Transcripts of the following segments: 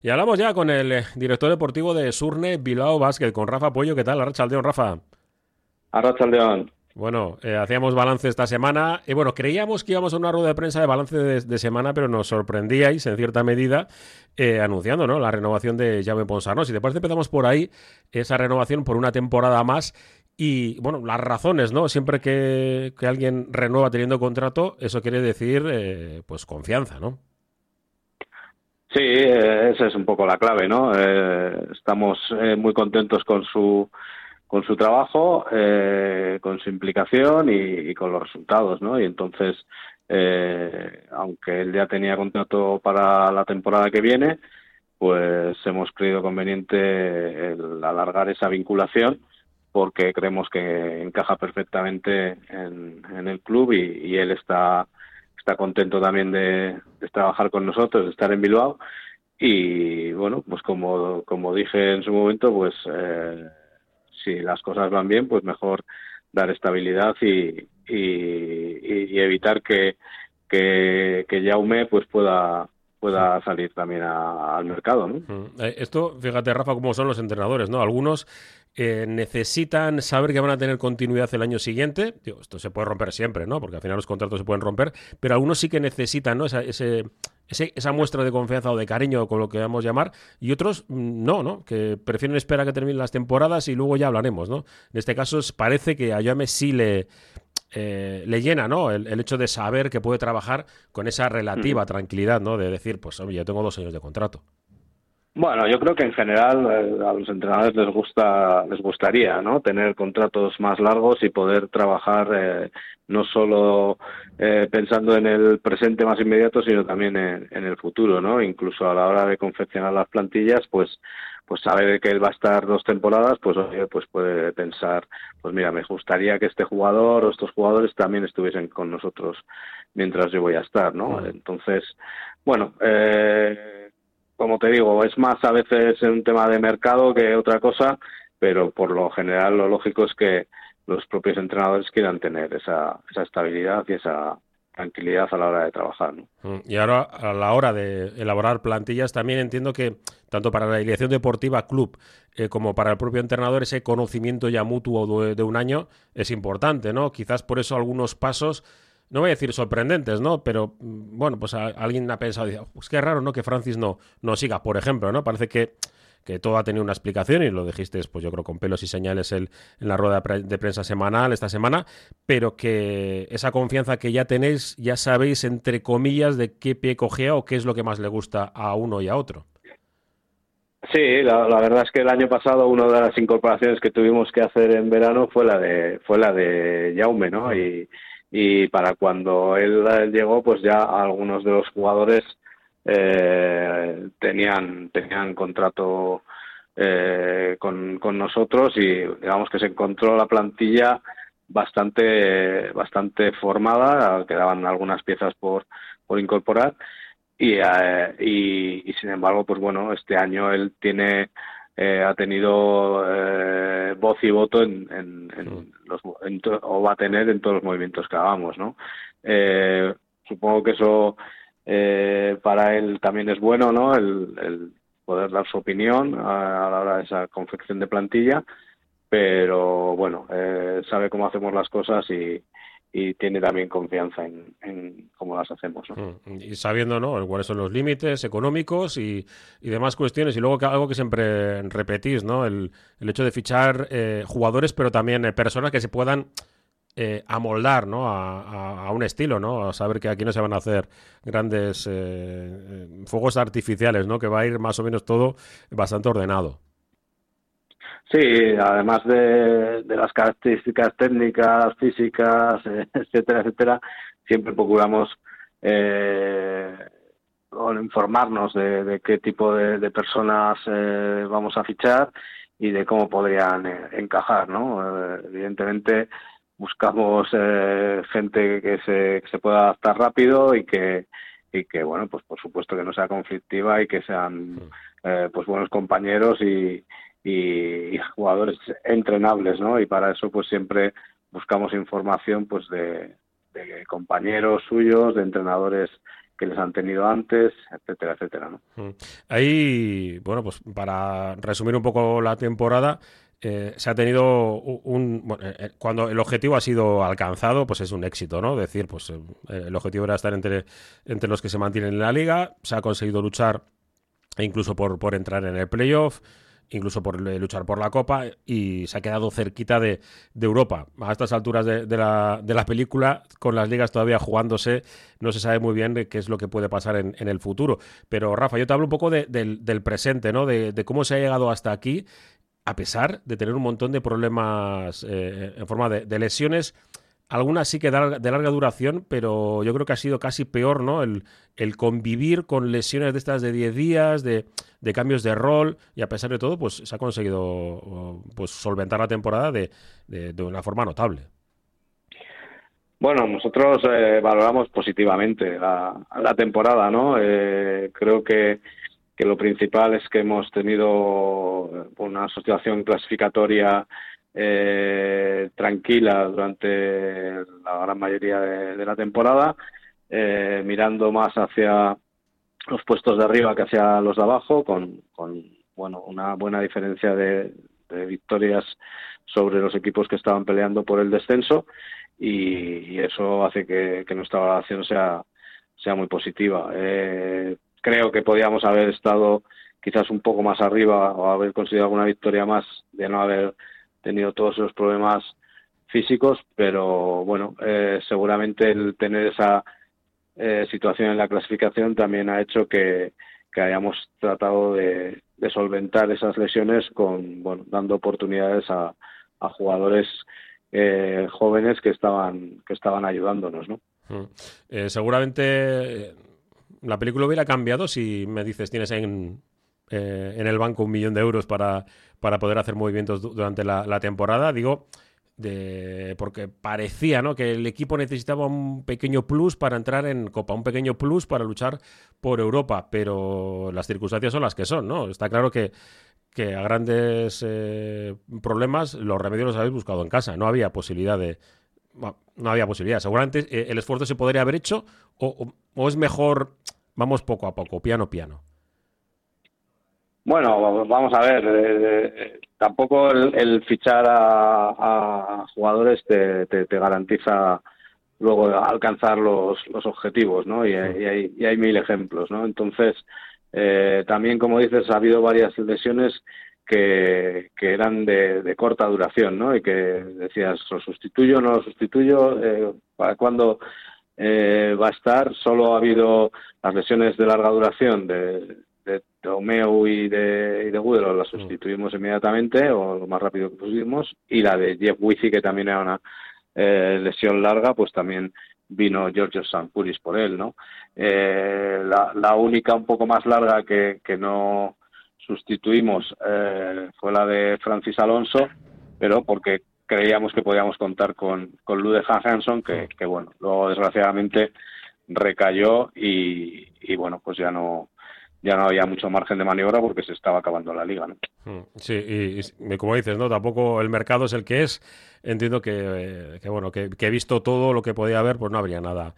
Y hablamos ya con el director deportivo de Surne Bilbao Basket, con Rafa Puello. ¿Qué tal? Arratsaldeon, Rafa. Arratsaldeon. Bueno, hacíamos balance esta semana. Y bueno, creíamos que íbamos a una rueda de prensa de balance de semana, pero nos sorprendíais en cierta medida anunciando, ¿no?, la renovación de Jaume Ponsarnau. Si te parece, empezamos por ahí, esa renovación por una temporada más. Y bueno, las razones, ¿no? Siempre que alguien renueva teniendo contrato, eso quiere decir, pues, confianza, ¿no? Sí, esa es un poco la clave, ¿no? Estamos muy contentos con su trabajo, con su implicación y con los resultados, ¿no? Y entonces, aunque él ya tenía contrato para la temporada que viene, pues hemos creído conveniente el alargar esa vinculación porque creemos que encaja perfectamente en el club y él está contento también de trabajar con nosotros, de estar en Bilbao. Y bueno, pues como dije en su momento, pues si las cosas van bien, pues mejor dar estabilidad y evitar que Jaume pues pueda salir también al mercado, ¿no? Esto, fíjate, Rafa, cómo son los entrenadores, ¿no? Algunos necesitan saber que van a tener continuidad el año siguiente. Digo, esto se puede romper siempre, ¿no? Porque al final los contratos se pueden romper, pero algunos sí que necesitan, ¿no?, esa muestra de confianza o de cariño, con lo que vamos a llamar, y otros no, ¿no? Que prefieren esperar a que terminen las temporadas y luego ya hablaremos, ¿no? En este caso parece que a Jaume sí le llena, ¿no?, el hecho de saber que puede trabajar con esa relativa tranquilidad, ¿no? De decir, pues, oye, yo tengo 2 años de contrato. Bueno, yo creo que en general a los entrenadores les gustaría, ¿no? Tener contratos más largos y poder trabajar no solo pensando en el presente más inmediato, sino también en el futuro, ¿no? Incluso a la hora de confeccionar las plantillas, pues saber que él va a estar 2 temporadas, pues oye, pues puede pensar, pues mira, me gustaría que este jugador o estos jugadores también estuviesen con nosotros mientras yo voy a estar, ¿no? Mm. Entonces, bueno, como te digo, es más a veces un tema de mercado que otra cosa, pero por lo general lo lógico es que los propios entrenadores quieran tener esa estabilidad y esa tranquilidad a la hora de trabajar, ¿no? Y ahora, a la hora de elaborar plantillas, también entiendo que tanto para la dirección deportiva club como para el propio entrenador, ese conocimiento ya mutuo de un año es importante, ¿no? Quizás por eso algunos pasos, no voy a decir sorprendentes, ¿no? Pero bueno, pues alguien ha pensado, dice, pues qué raro, ¿no?, que Francis no siga, por ejemplo, ¿no? Parece que todo ha tenido una explicación y lo dijiste, pues yo creo, con pelos y señales en la rueda de prensa semanal esta semana, pero que esa confianza que ya tenéis, ya sabéis, entre comillas, de qué pie cojea o qué es lo que más le gusta a uno y a otro. Sí, la verdad es que el año pasado una de las incorporaciones que tuvimos que hacer en verano fue la de Jaume, ¿no? Hmm. Y para cuando él llegó, pues ya algunos de los jugadores tenían contrato con nosotros y digamos que se encontró la plantilla bastante formada, quedaban algunas piezas por incorporar y sin embargo, pues bueno, este año él ha tenido voz y voto Hmm. o va a tener en todos los movimientos que hagamos, ¿no? Supongo que eso para él también es bueno, ¿no? El poder dar su opinión a la hora de esa confección de plantilla, pero bueno, sabe cómo hacemos las cosas y tiene también confianza en cómo las hacemos, ¿no? Y sabiendo, ¿no?, cuáles son los límites económicos y demás cuestiones. Y luego algo que siempre repetís, ¿no? El hecho de fichar jugadores, pero también personas que se puedan amoldar, ¿no?, a un estilo, ¿no? A saber que aquí no se van a hacer grandes fuegos artificiales, ¿no? Que va a ir más o menos todo bastante ordenado. Sí, además de las características técnicas, físicas, etcétera, etcétera, siempre procuramos eh, informarnos de qué tipo de personas vamos a fichar y de cómo podrían encajar, ¿no? Evidentemente buscamos gente que se pueda adaptar rápido y que, bueno, pues por supuesto que no sea conflictiva y que sean pues buenos compañeros y jugadores entrenables, ¿no? Y para eso pues siempre buscamos información pues de compañeros suyos, de entrenadores que les han tenido antes, etcétera, etcétera, ¿no? Ahí, bueno, pues para resumir un poco la temporada, se ha tenido cuando el objetivo ha sido alcanzado, pues es un éxito, ¿no? Es decir, pues el objetivo era estar entre los que se mantienen en la liga, se ha conseguido luchar incluso por entrar en el playoff, incluso por luchar por la Copa, y se ha quedado cerquita de Europa. A estas alturas de la película, con las ligas todavía jugándose, no se sabe muy bien qué es lo que puede pasar en el futuro. Pero, Rafa, yo te hablo un poco del presente, ¿no? De cómo se ha llegado hasta aquí, a pesar de tener un montón de problemas en forma de lesiones. Algunas sí que de larga duración, pero yo creo que ha sido casi peor, ¿no? El convivir con lesiones de estas de 10 días, de cambios de rol, y a pesar de todo, pues se ha conseguido pues solventar la temporada de una forma notable. Bueno, nosotros valoramos positivamente la temporada, ¿no? Creo que lo principal es que hemos tenido una situación clasificatoria tranquila durante la gran mayoría de la temporada, mirando más hacia los puestos de arriba que hacia los de abajo, con bueno, una buena diferencia de victorias sobre los equipos que estaban peleando por el descenso, y eso hace que nuestra valoración sea muy positiva. Creo que podíamos haber estado quizás un poco más arriba o haber conseguido alguna victoria más de no haber tenido todos esos problemas físicos, pero bueno, seguramente el tener esa situación en la clasificación también ha hecho que hayamos tratado de solventar esas lesiones dando oportunidades a jugadores jóvenes que estaban ayudándonos, ¿no? Seguramente la película hubiera cambiado si me dices tienes en el banco 1.000.000 de euros para poder hacer movimientos durante la temporada. Digo, porque parecía, ¿no?, que el equipo necesitaba un pequeño plus para entrar en Copa, un pequeño plus para luchar por Europa, pero las circunstancias son las que son, ¿no? Está claro que a grandes problemas los remedios los habéis buscado en casa. No había posibilidad no había posibilidad. Seguramente el esfuerzo se podría haber hecho o es mejor, vamos poco a poco, piano piano. Bueno, vamos a ver, tampoco el fichar a jugadores te garantiza luego alcanzar los objetivos, ¿no? Y hay 1000 ejemplos, ¿no? Entonces, también, como dices, ha habido varias lesiones que eran de corta duración, ¿no? Y que decías, ¿lo sustituyo o no lo sustituyo? ¿Para cuándo va a estar? Solo ha habido las lesiones de larga duración de Romeu y de Woodrow, las sustituimos inmediatamente o lo más rápido que pudimos, y la de Jeff Wizzy, que también era una lesión larga, pues también vino Georgios Sampouris por él, ¿no? La única un poco más larga que no sustituimos fue la de Francis Alonso, pero porque creíamos que podíamos contar con Ludde Johansson, que bueno, luego desgraciadamente recayó y bueno, pues ya no había mucho margen de maniobra porque se estaba acabando la liga, ¿no? Sí, y como dices, ¿no? Tampoco el mercado es el que es. Entiendo que bueno, que he visto todo lo que podía haber, pues no habría nada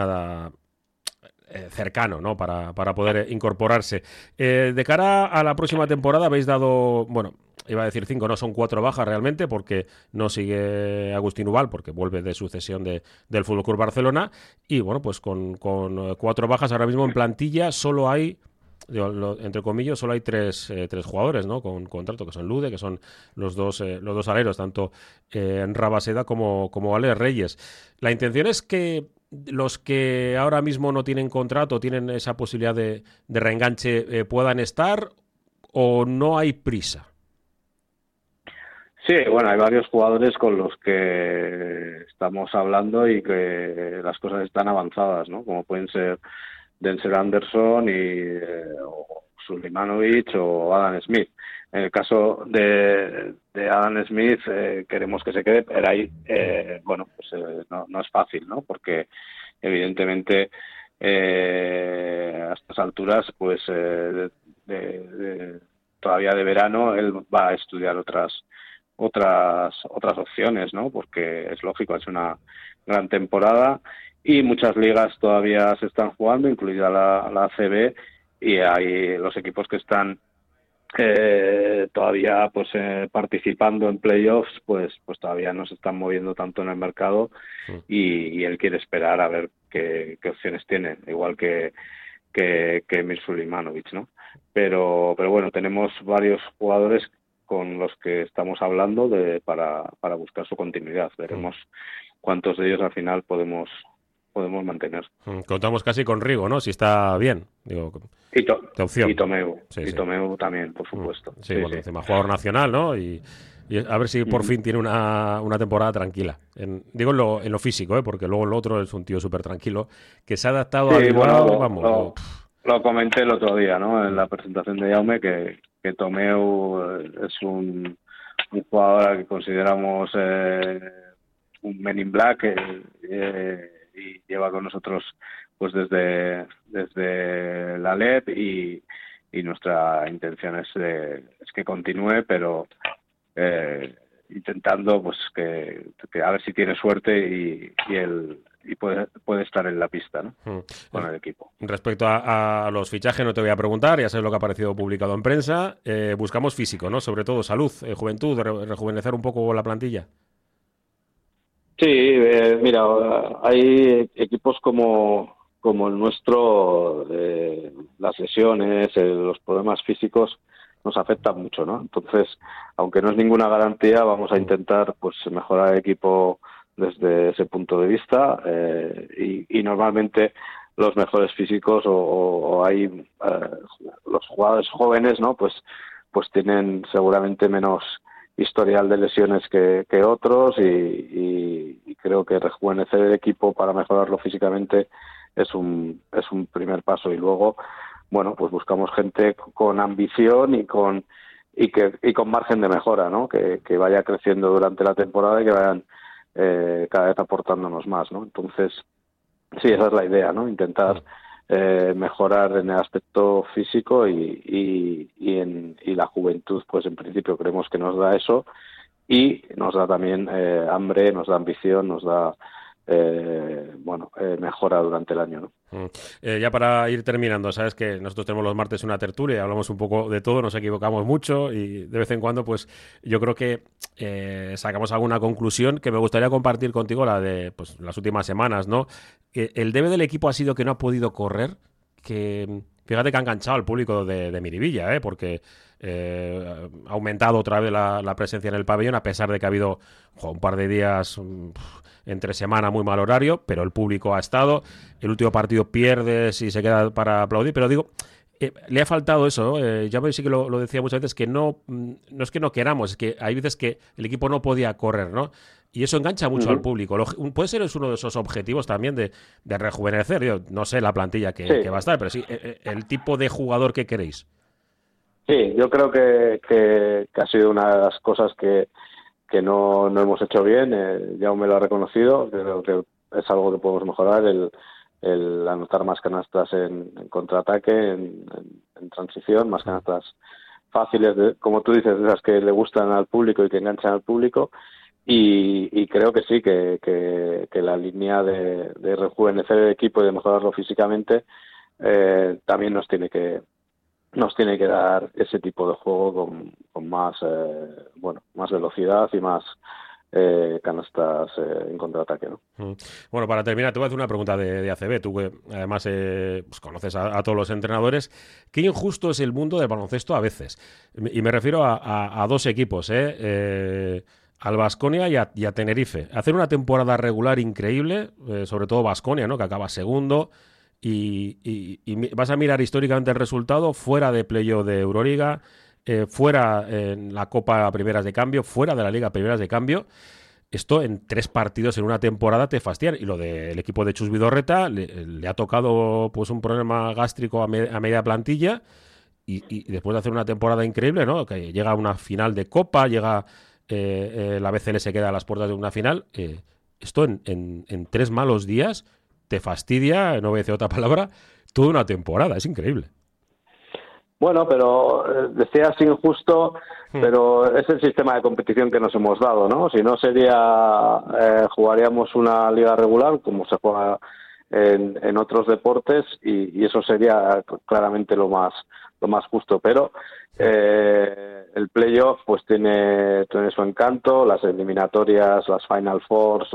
cercano, ¿no? Para poder incorporarse. De cara a la próxima temporada habéis dado, bueno, iba a decir 5, no, son 4 bajas realmente, porque no sigue Agustín Ubal, porque vuelve de sucesión del FC Barcelona, y bueno, pues con 4 bajas ahora mismo en plantilla solo hay, entre comillas, solo hay tres jugadores, ¿no?, con contrato, que son Ludde, que son los dos aleros, tanto Rabaseda como Ale Reyes. La intención es que los que ahora mismo no tienen contrato, tienen esa posibilidad de reenganche, puedan estar, o no hay prisa. Sí, bueno, hay varios jugadores con los que estamos hablando y que las cosas están avanzadas, ¿no? Como pueden ser Denzel Anderson o Sulimanovic o Adam Smith. En el caso de Adam Smith, queremos que se quede, pero ahí, bueno, pues no es fácil, ¿no? Porque evidentemente a estas alturas, pues todavía de verano, él va a estudiar otras opciones, ¿no? Porque es lógico, es una gran temporada y muchas ligas todavía se están jugando, incluida la ACB, y hay los equipos que están todavía pues participando en playoffs, pues todavía no se están moviendo tanto en el mercado, y él quiere esperar a ver qué opciones tiene, igual que Emir Sulimanovic, ¿no? Pero bueno, tenemos varios jugadores con los que estamos hablando para buscar su continuidad. Veremos cuántos de ellos al final podemos mantener. Contamos casi con Rigo, ¿no? Si está bien. Digo, de opción. Y Tomeu. Sí, y Tomeu también, por supuesto. Sí, bueno, encima jugador nacional, ¿no? Y a ver si por fin tiene una temporada tranquila. Digo en lo físico, porque luego el otro es un tío súper tranquilo, que se ha adaptado a Bilbao, vamos. Lo comenté el otro día, ¿no? En la presentación de Jaume, que Tomeu es un jugador que consideramos un Men in Black, y lleva con nosotros pues desde la LEP, y nuestra intención es que continúe, pero intentando pues que a ver si tiene suerte y puede estar en la pista, ¿no? Con el equipo. Respecto a los fichajes no te voy a preguntar, ya sabes lo que ha aparecido publicado en prensa. Buscamos físico, ¿no? Sobre todo salud, juventud, rejuvenecer un poco la plantilla. Sí, mira, hay equipos como el nuestro, las lesiones, los problemas físicos nos afectan mucho, ¿no? Entonces, aunque no es ninguna garantía, vamos a intentar pues mejorar el equipo desde ese punto de vista, y normalmente los mejores físicos o hay los jugadores jóvenes, ¿no? Pues tienen seguramente menos historial de lesiones que otros, y creo que rejuvenecer el equipo para mejorarlo físicamente es un primer paso, y luego bueno, pues buscamos gente con ambición y con margen de mejora, ¿no? Que vaya creciendo durante la temporada y que vayan cada vez aportándonos más, ¿no? Entonces, sí, esa es la idea, ¿no? Intentar mejorar en el aspecto físico, y la juventud, pues en principio creemos que nos da eso, y nos da también hambre, nos da ambición, nos da mejora durante el año, ¿no? Ya para ir terminando, sabes que nosotros tenemos los martes una tertulia, hablamos un poco de todo, nos equivocamos mucho, y de vez en cuando pues yo creo que sacamos alguna conclusión que me gustaría compartir contigo, la de pues las últimas semanas, ¿no? El debe del equipo ha sido que no ha podido correr, que fíjate que ha enganchado al público de Miribilla, porque ha aumentado otra vez la presencia en el pabellón, a pesar de que ha habido un par de días entre semana muy mal horario, pero el público ha estado. El último partido pierdes y se queda para aplaudir, pero digo, le ha faltado eso, ¿no? Ya sí que lo decía muchas veces, que no es que no queramos, es que hay veces que el equipo no podía correr, ¿no? Y eso engancha mucho al público. Puede ser uno de esos objetivos también de rejuvenecer. Yo no sé la plantilla que va a estar, pero sí el tipo de jugador que queréis. Sí, yo creo que ha sido una de las cosas que no hemos hecho bien. Jaume lo ha reconocido. Creo que es algo que podemos mejorar, el anotar más canastas en contraataque, en transición, más canastas fáciles, como tú dices, de esas que le gustan al público y que enganchan al público. Y creo que sí, que la línea de rejuvenecer el equipo y de mejorarlo físicamente también nos tiene que dar ese tipo de juego con más más velocidad y más canastas en contraataque, ¿no? Bueno, para terminar, te voy a hacer una pregunta de ACB. Tú que además pues conoces a todos los entrenadores. Qué injusto es el mundo del baloncesto a veces. Y me refiero a dos equipos, al Baskonia y a Tenerife. Hacer una temporada regular increíble, sobre todo Baskonia, ¿no? Que acaba segundo, y vas a mirar históricamente el resultado fuera de playoff de Euroliga, fuera en la Copa Primeras de Cambio, fuera de la Liga Primeras de Cambio. Esto en 3 partidos en una temporada te fastidia. Y lo del equipo de Chus Vidorreta le ha tocado pues un problema gástrico a media plantilla, y después de hacer una temporada increíble, ¿no? Que llega a una final de Copa, la BCL se queda a las puertas de una final. Esto en 3 malos días te fastidia, no voy a decir otra palabra, toda una temporada. Es increíble. Bueno, pero decías injusto, pero es el sistema de competición que nos hemos dado, ¿no? Si no sería, jugaríamos una liga regular como se juega en otros deportes y eso sería claramente lo más justo. Pero el playoff pues tiene su encanto, las eliminatorias, las Final Fours,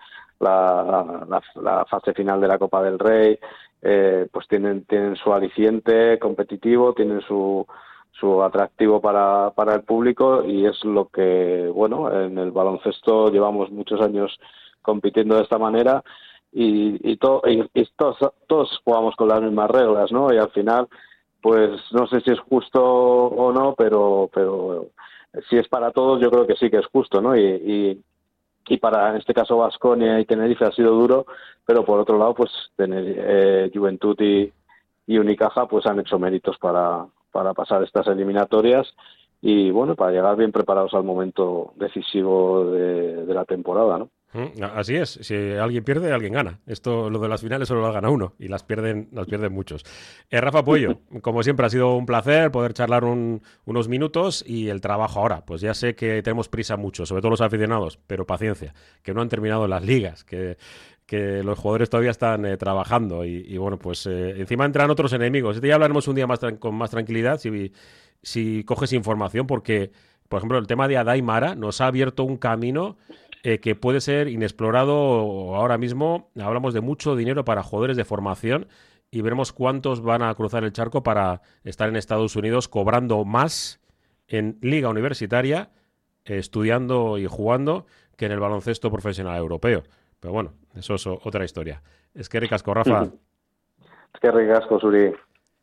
la fase final de la Copa del Rey. Pues tienen su aliciente competitivo, tienen su atractivo para el público y es lo que, bueno, en el baloncesto llevamos muchos años compitiendo de esta manera y todos jugamos con las mismas reglas, ¿no? Y al final, pues no sé si es justo o no, pero si es para todos yo creo que sí que es justo, ¿no? Y para, en este caso, Baskonia y Tenerife ha sido duro, pero por otro lado, pues Juventud y Unicaja pues han hecho méritos para pasar estas eliminatorias y, bueno, para llegar bien preparados al momento decisivo de la temporada, ¿no? Así es, si alguien pierde, alguien gana. Esto, lo de las finales solo lo gana uno y las pierden muchos. Rafa Puello, como siempre ha sido un placer poder charlar unos minutos y el trabajo ahora. Pues ya sé que tenemos prisa mucho, sobre todo los aficionados, pero paciencia, que no han terminado las ligas, que los jugadores todavía están trabajando y bueno, pues encima entran otros enemigos. Ya hablaremos un día más con más tranquilidad si coges información, porque, por ejemplo, el tema de Adai Mara nos ha abierto un camino que puede ser inexplorado ahora mismo. Hablamos de mucho dinero para jugadores de formación y veremos cuántos van a cruzar el charco para estar en Estados Unidos cobrando más en liga universitaria, estudiando y jugando, que en el baloncesto profesional europeo. Pero bueno, eso es otra historia. Es que ricasco, Rafa. Es que ricasco, Suri.